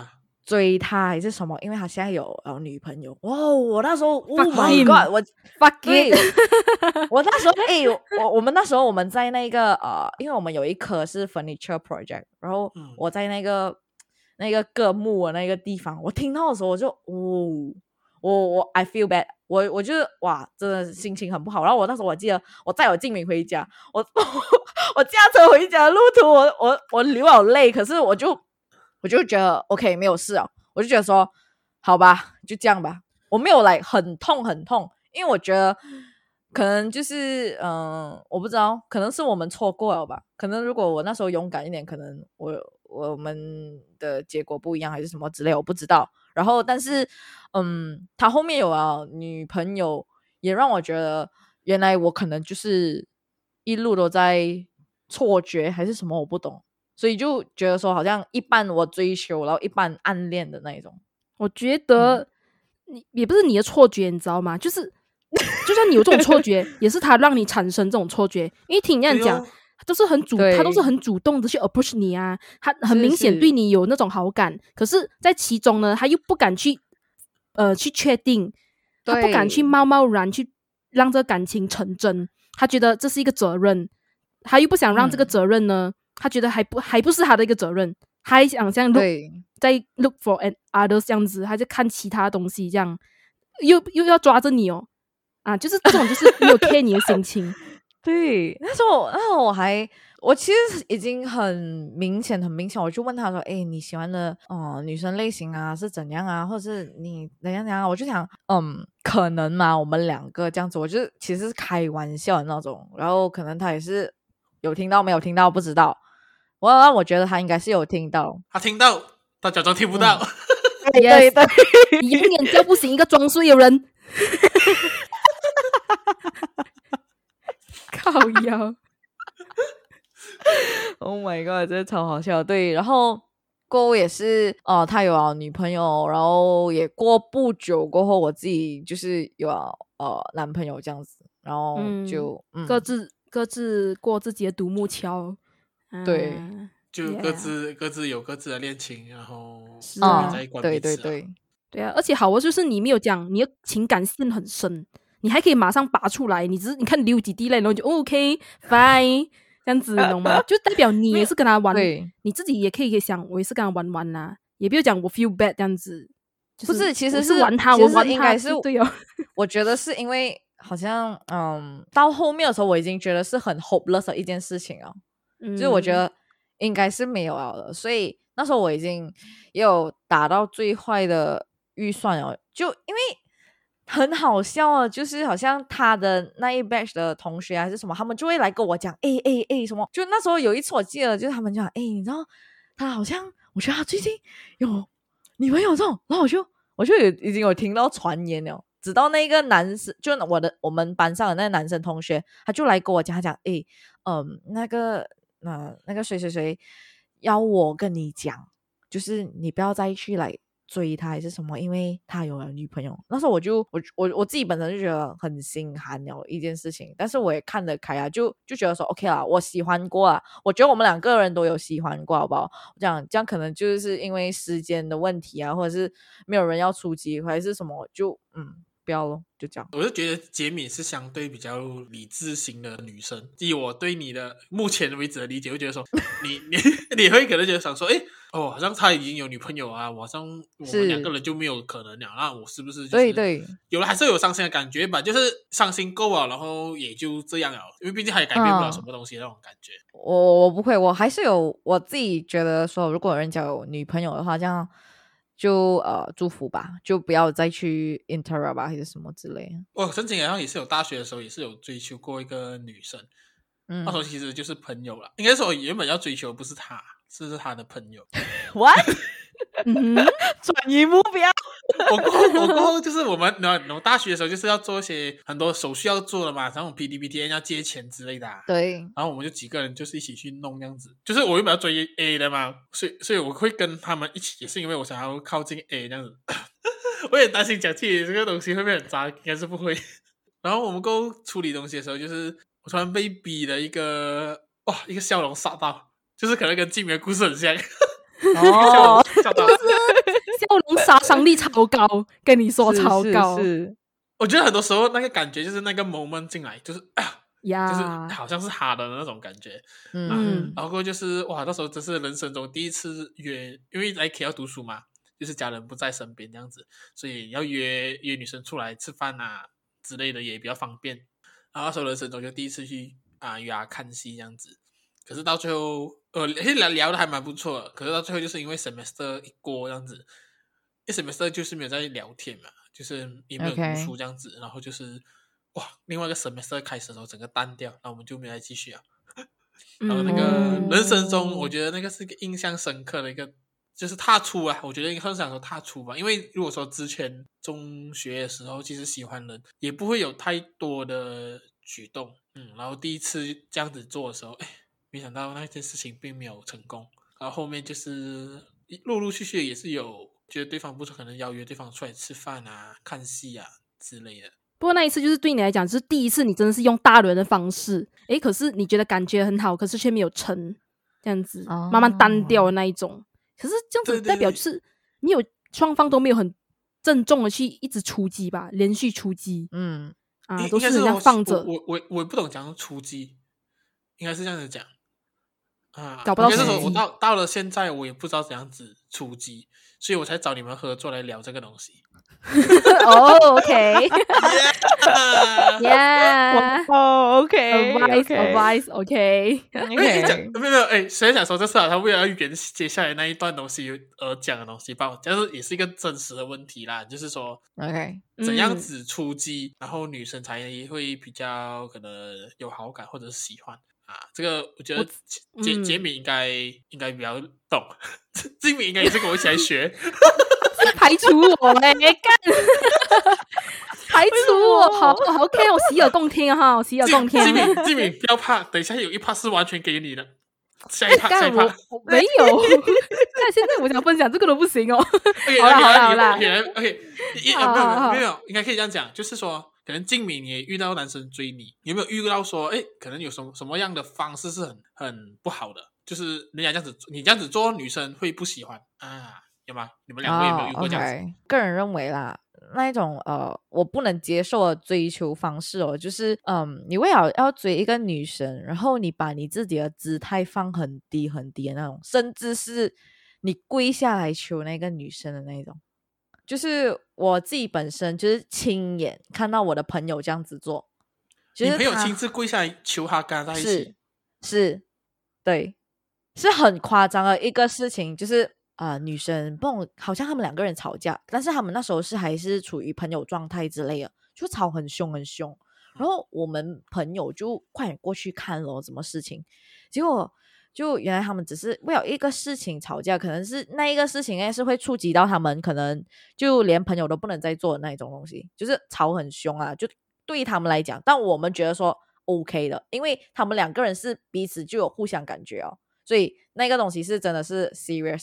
追他还是什么，因为他现在有女朋友。哇，我那时候 Oh Fuck my him. God， 我 fuck 对 it 我那时候我们那时候我们在那个因为我们有一科是 furniture project， 然后我在那个割木的那个地方，我听到的时候我就我 I feel bad， 我就哇，真的心情很不好。然后我那时候我记得我载我静明回家，我驾车回家的路途我流好泪，可是我就觉得 OK 没有事啊，我就觉得说好吧，就这样吧，我没有来很痛，因为我觉得可能就是我不知道，可能是我们错过了吧，可能如果我那时候勇敢一点，可能我们的结果不一样还是什么之类，我不知道。然后但是他后面有女朋友，也让我觉得原来我可能就是一路都在错觉还是什么，我不懂，所以就觉得说好像一半我追求，然后一半暗恋的那一种。 我觉得也不是你的错觉，你知道吗？就算你有这种错觉，也是他让你产生这种错觉。因为听人家讲，他都是很主动的去 approach 你啊，他很明显对你有那种好感，可是在其中呢，他又不敢去确定，他不敢去贸然去让这感情成真，他觉得这是一个责任，他又不想让这个责任呢，他觉得还不是他的一个责任，他还想像在 look for others 这样子，他在看其他东西，这样又要抓着你哦，就是这种就是没有 care 你的心情。 对，那时候我其实已经很明显，我就问他说：“哎，你喜欢的女生类型啊是怎样啊，或者是你怎样啊？”我就想，可能嘛，我们两个这样子，我就其实是开玩笑的那种，然后可能他也是有听到没有听到不知道，我觉得他应该是有听到， 他听到，他假装听不到。 对， 你永远叫不醒一个装睡的人。靠腰 Oh my god， 真的超好笑。对，然后过后也是他有女朋友，然后也过不久过后，我自己就是有男朋友这样子，然后就各自过自己的独木桥。 对， 就各自有各自的恋情，然后在关对对啊，而且好就是你没有讲你的情感线很深，你还可以马上拔出来，你只是你看流几滴泪，然后就 OK fine 这样子，你懂吗？就代表你也是跟他玩，你自己也可以想，我也是跟他玩啦，也不要讲我 feel bad 这样子。 不是，其实是玩他，我玩他， 应该是对哦。 我觉得是因为好像到后面的时候，我已经觉得是很 hopeless 的一件事情啊，就是我觉得应该是没有了，所以那时候我已经也有达到最坏的预算了，就因为很好笑啊，就是好像他的那一 batch 的同学还是什么，他们就会来跟我讲什么，就那时候有一次我记得就是他们讲你知道他好像我觉得他最近有女朋友这种，然后我就已经有听到传言了，直到那个男生就我们班上的那个男生同学，他就来跟我讲，他讲那个谁要我跟你讲，就是你不要再去来追他还是什么，因为他有了女朋友。那时候我自己本身就觉得很心寒了一件事情，但是我也看得开啊，就觉得说 OK 啦，我喜欢过啊，我觉得我们两个人都有喜欢过，好不好？这样可能就是因为时间的问题啊，或者是没有人要出击还是什么，就不要咯，就这样。 我就觉得杰敏是相对比较理智型的女生，以我对你的目前为止的理解，会觉得说你会可能觉得想说好像他已经有女朋友啊，好像我们两个人就没有可能了，那我是不是就是对有了还是有伤心的感觉吧，就是伤心够了，然后也就这样了，因为毕竟他也改变不了什么东西那种感觉。 我不会，我还是有我自己觉得说，如果人家有女朋友的话，这样就祝福吧，就不要再去 interrupt 吧，还是什么之类的。 我曾经好像也是有大学的时候也是有追求过一个女生，那时候其实就是朋友了，应该说我原本要追求不是她，是他的朋友。 What？ 转移目标。 我过后就是我们大学的时候就是要做一些很多手续要做的嘛，然后 PDPTN 要借钱之类的对， 然后我们就几个人就是一起去弄这样子，就是我原本要追 A 的嘛，所以我会跟他们一起，也是因为我想要靠近 A 这样子。我也担心讲起这个东西会不会很渣，应该是不会。然后我们过后处理东西的时候，就是我突然被逼了一个笑容杀到，就是可能跟静明的故事很像。笑杀伤力超高，跟你说是超高。 是我觉得很多时候那个感觉就是那个 moment 进来，就是呀， 就是好像是他的那种感觉。 嗯然后就是哇，那时候真是人生中第一次约，因为来 KL 读书嘛，就是家人不在身边这样子，所以要约女生出来吃饭啊之类的也比较方便。然后那时候人生中就第一次去约他看戏这样子。可是到最后聊的还蛮不错的，可是到最后就是因为 semester 一过这样子，因为 semester 就是没有在聊天嘛，就是也没有读书这样子，然后就是哇，另外一个 semester 开始的时候整个淡掉，然后我们就没有再继续啊。然后那个人生中，我觉得那个是一个印象深刻的一个，就是踏出啊，我觉得很想说踏出吧，因为如果说之前中学的时候，其实喜欢人也不会有太多的举动，然后第一次这样子做的时候，没想到那件事情并没有成功，然后后面就是陆陆续续也是有觉得对方不错，可能邀约对方出来吃饭啊、看戏啊之类的。 不过那一次就是对你来讲，就是第一次你真的是用大人的方式，可是你觉得感觉很好，可是却没有成，这样子慢慢单掉的那一种。可是这样子代表就是没有双方都没有很郑重的去一直出击吧，连续出击，都是这样放着。 我也不懂讲出击，应该是这样子讲搞不到应该是说我到了现在我也不知道怎样子出击，所以我才找你们合作来聊这个东西。 OK Yeah Advice OK 没有虽然想说这是他为了要圆接下来那一段东西而讲的东西吧，但是也是一个真实的问题啦，就是说 OK 怎样子出击，然后女生才会比较可能有好感或者是喜欢这个我觉得杰米应该比较懂，杰米应该也是跟我一起来学。 排除我干排除我，好 OK， 我洗耳恭听哈，我洗耳恭听。 吉米不要怕，等一下有一 part 是完全给你的，下一 part 我没有。但现在我想分享这个都不行哦。 好啦 OK， 没有，应该可以这样讲，就是说可能静敏也遇到男生追你，有没有遇到说可能有什么样的方式是很不好的，就是人家这样子你这样子做女生会不喜欢有吗？你们两位有没有遇过这样子？ 个人认为啦，那一种我不能接受的追求方式就是你为了要追一个女生，然后你把你自己的姿态放很低很低的那种，甚至是你跪下来求那个女生的那种。就是我自己本身就是亲眼看到我的朋友这样子做，就是你朋友亲自跪下来求他跟他在一起， 是对，是很夸张的一个事情，就是女生好像他们两个人吵架，但是他们那时候还是处于朋友状态之类的，就吵很凶很凶，然后我们朋友就快点过去看了什么事情，结果就原来他们只是为了一个事情吵架，可能是那一个事情是会触及到他们，可能就连朋友都不能再做的那一种东西，就是吵很凶就对他们来讲，但我们觉得说 OK 的，因为他们两个人是彼此就有互相感觉所以那个东西是真的是 serious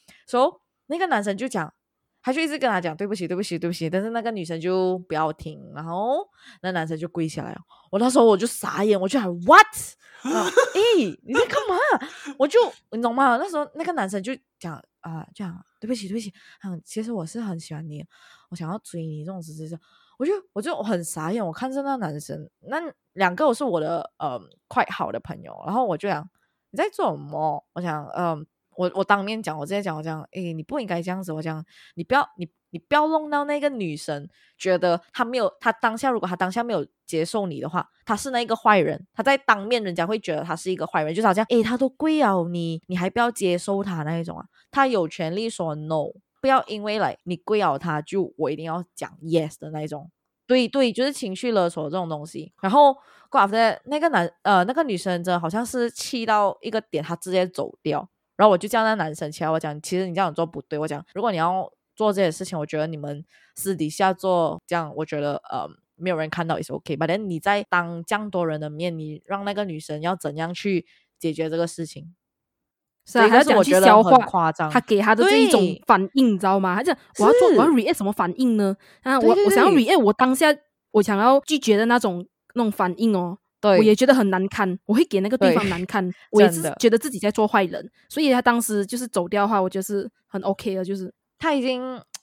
So 那个男生就讲，他就一直跟他讲对不起对不起对不起，但是那个女生就不要听，然后那男生就跪下来了。我那时候我就傻眼，我就喊 What？ 你在干嘛？你懂吗？那时候那个男生就讲对不起对不起，其实我是很喜欢你，我想要追你这种事情，我就很傻眼，我看着那男生，那两个都是我的快好的朋友，然后我就想你在做什么？我想我当面讲，我直接讲，我讲你不应该这样子，我讲你不要弄到那个女生觉得她当下，如果她当下没有接受你的话，她是那个坏人，她在当面人家会觉得她是一个坏人，就是好像她都跪了你还不要接受她那一种她有权利说 no， 不要因为你跪了她就我一定要讲 yes 的那一种，对，就是情绪勒索这种东西。然后过后那个女生真的好像是气到一个点，她直接走掉。然后我就叫那男生起来，我讲其实你这样做不对，我讲如果你要做这些事情，我觉得你们私底下做这样，我觉得没有人看到也是 OK， 但你在当这样多人的面，你让那个女生要怎样去解决这个事情？ 是还要讲去消化夸张他给他的这一种反应，你知道吗？他讲我要 react 什么反应呢？我想要 react 我当下我想要拒绝的那种反应对， 我也觉得很难堪，我会给那个对方难堪，我也是觉得自己在做坏人，所以他当时就是走掉的话，我觉得是很 OK 的，就是他已经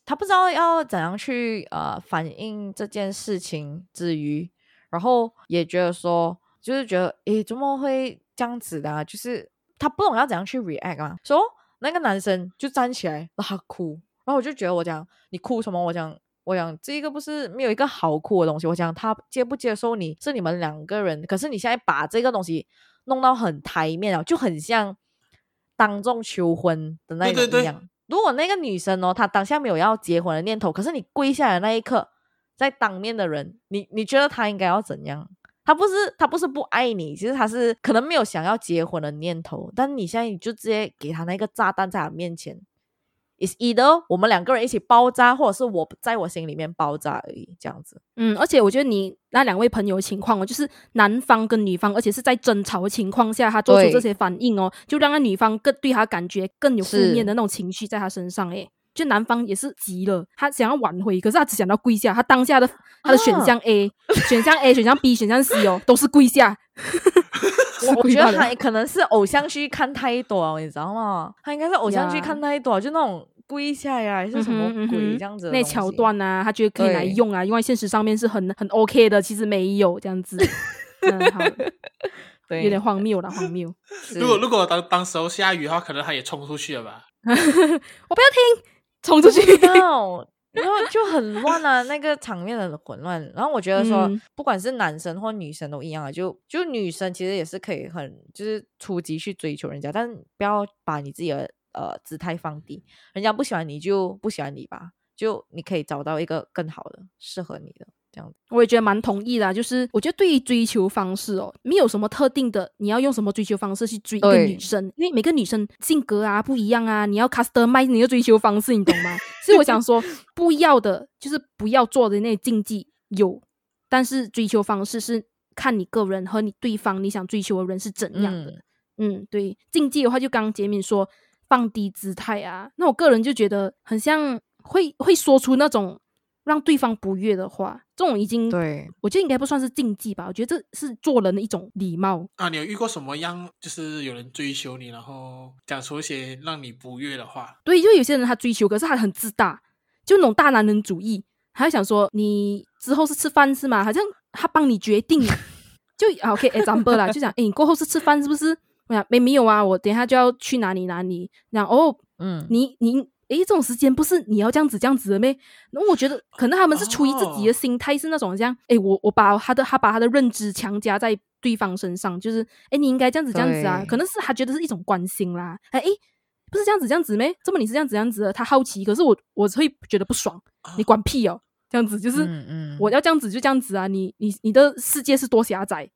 他不知道要怎样去反映这件事情之余，然后也觉得说就是觉得诶怎么会这样子的就是他不懂要怎样去 react 嘛，所以那个男生就站起来然后他哭，然后我就觉得我讲你哭什么，我讲这个不是没有一个好哭的东西，我讲他接不接受你是你们两个人，可是你现在把这个东西弄到很台面了，就很像当众求婚的那种一样。对，如果那个女生她当下没有要结婚的念头，可是你跪下来的那一刻在当面的人你觉得他应该要怎样？他不是不爱你，其实他是可能没有想要结婚的念头，但你现在你就直接给他那个炸弹在他面前，is either 我们两个人一起爆炸，或者是我在我心里面爆炸而已，这样子。 而且我觉得你那两位朋友的情况就是男方跟女方，而且是在争吵的情况下，他做出这些反应就让那女方更对他感觉更有负面的那种情绪在他身上就男方也是急了，他想要挽回，可是他只想到跪下，他当下的他的选项 A、选项 A、选项 B、选项 C 都是跪下。 我觉得他可能是偶像剧看太多，你知道吗？他应该是偶像剧看太多，就那种跪下呀，还是什么鬼这样子的那桥段啊，他觉得可以来用啊，因为现实上面是很 OK 的，其实没有这样子。好，有点荒谬了，荒谬。 如果当时候下雨的话，可能他也冲出去了吧？ 我不要听，冲出去。 然后就很乱啊，那个场面很混乱。然后我觉得说，不管是男生或女生都一样啊，就女生其实也是可以很就是出击去追求人家，但不要把你自己的姿态放低。人家不喜欢你就不喜欢你吧，就你可以找到一个更好的适合你的这样子。 我也觉得蛮同意的就是我觉得对于追求方式没有什么特定的你要用什么追求方式去追一个女生，因为每个女生性格不一样啊，你要 customize 你的追求方式，你懂吗？所以我想说不要的就是不要做的那些禁忌有，但是追求方式是看你个人和你对方你想追求的人是怎样的。对，禁忌的话就刚刚杰敏说放低姿态那我个人就觉得很像会说出那种让对方不悦的话，这种已经对我觉得应该不算是禁忌吧，我觉得这是做人的一种礼貌你有遇过什么样就是有人追求你然后讲出一些让你不悦的话？ 对，就有些人他追求可是他很自大，就那种大男人主义，他会想说你之后是吃饭是吗？好像他帮你决定就OK example 啦，就讲你过后是吃饭是不是？我讲没有啊，我等一下就要去哪里哪里，然后你这种时间不是你要这样子的咩？然后我觉得可能他们是出于自己的心态是那种这样我把他的认知强加在对方身上，就是你应该这样子啊，可能是他觉得是一种关心啦，不是这样子咩？这么你是这样子的，他好奇，可是我会觉得不爽，你管屁这样子就是我要这样子就这样子啊，你的世界是多狭窄。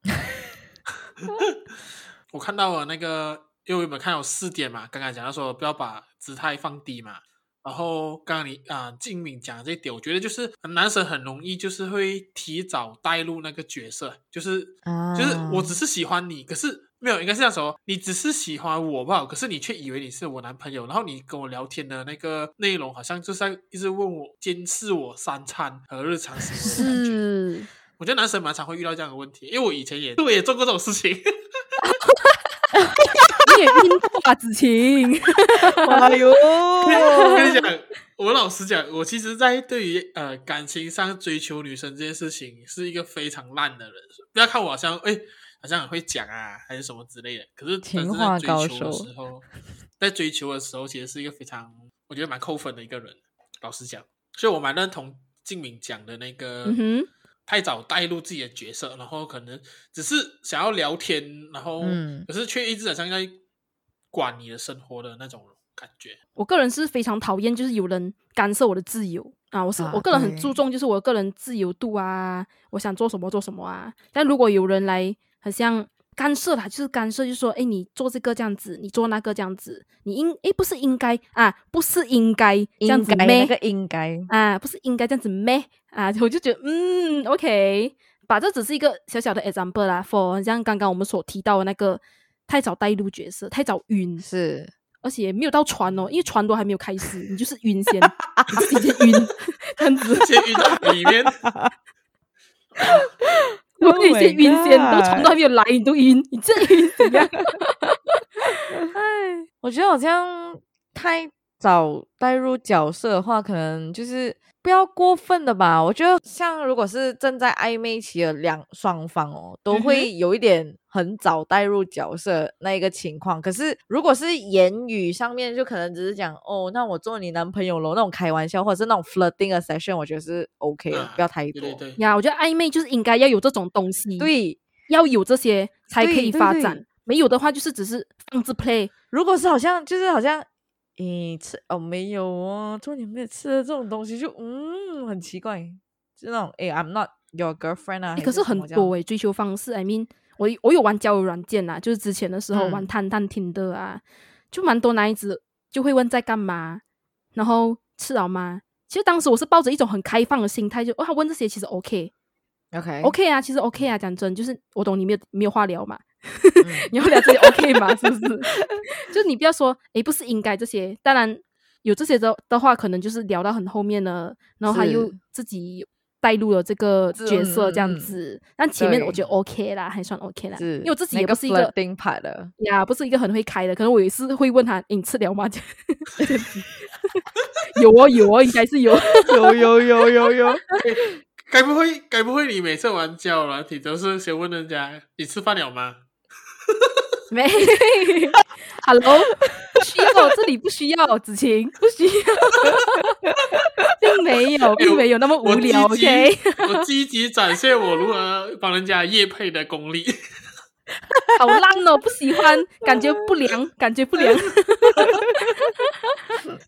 我看到了那个，因为我们看有4点嘛，刚刚讲到说不要把姿态放低嘛，然后刚刚你静敏讲的这一点，我觉得就是男生很容易就是会提早带入那个角色，就是我只是喜欢你，可是没有，应该是这样说，你只是喜欢我吧，可是你却以为你是我男朋友，然后你跟我聊天的那个内容好像就是在一直问我监视我3餐和日常生活的感觉。我觉得男生蛮常会遇到这样的问题，因为我以前也做过这种事情。 你也晕过子晴。 哎呦， 我跟你讲，我老实讲，我其实在对于感情上追求女生这件事情是一个非常烂的人。不要看我好像很会讲还是什么之类的，可是情话高手在追求的时候其实是一个非常我觉得蛮扣分的一个人，老实讲。所以我蛮认同静敏讲的那个太早带入自己的角色，然后可能只是想要聊天，然后可是却一直好像在管你的生活的那种感觉。 我个人是非常讨厌就是有人干涉我的自由我个人很注重就是我个人自由度我想做什么做什么但如果有人来好像干涉啦，就是干涉，就是说你做这个这样子，你做那个这样子，你不是应该不是应该这样子咩？ 那个应该不是应该这样子咩？我就觉得OK， 把这只是一个小小的 example 啦 ，for 像刚刚我们所提到的那个太早带入角色，太早晕是， 而且没有到船因为船都还没有开始，你就是晕先，你自己先晕这样子， 先晕到里面。 我可以先晕先，船都还没有来，你都晕，你这晕怎样？ 我觉得好像太找代入角色的话，可能就是不要过分的吧。我觉得像如果是正在暧昧期的双方哦，都会有一点很早代入角色那一个情况。可是如果是言语上面，就可能只是讲哦，那我做你男朋友咯，那种开玩笑或者是那种 flirting 的 session， 我觉得是 OK 的，不要太多。 对呀，我觉得暧昧就是应该要有这种东西， 对， 要有这些才可以发展。 对没有的话，就是只是放置 play。 如果是好像吃哦没有哦，做你没有吃的这种东西就很奇怪，就那种I'm not your girlfriend 啊。 可是很多追求方式 I mean 我有玩交友软件啊，就是之前的时候玩探探听的啊，就蛮多男孩子就会问在干嘛，然后吃了吗？其实当时我是抱着一种很开放的心态，就他问这些其实 OK 啊，其实 OK 啊，讲真，就是我懂你没有话聊嘛。你要聊这些 OK 吗？是不是？就你不要说不是应该这些，当然有这些的话可能就是聊到很后面了，然后他又自己带入了这个角色这样子，但前面我觉得 OK 啦，还算 OK 啦，因为我自己也不是一个钉牌的呀，不是一个很会开的，可能我也是会问他你吃了吗？有哦，应该是有有该不会你每次玩交友软体都是先问人家你吃饭了吗？ 没 ，Hello， 不需要，这里不需要，子晴不需要，并没有那么无聊 ，OK？ 我积极展现我如何帮人家业配的功力。 好烂哦，不喜欢，感觉不良。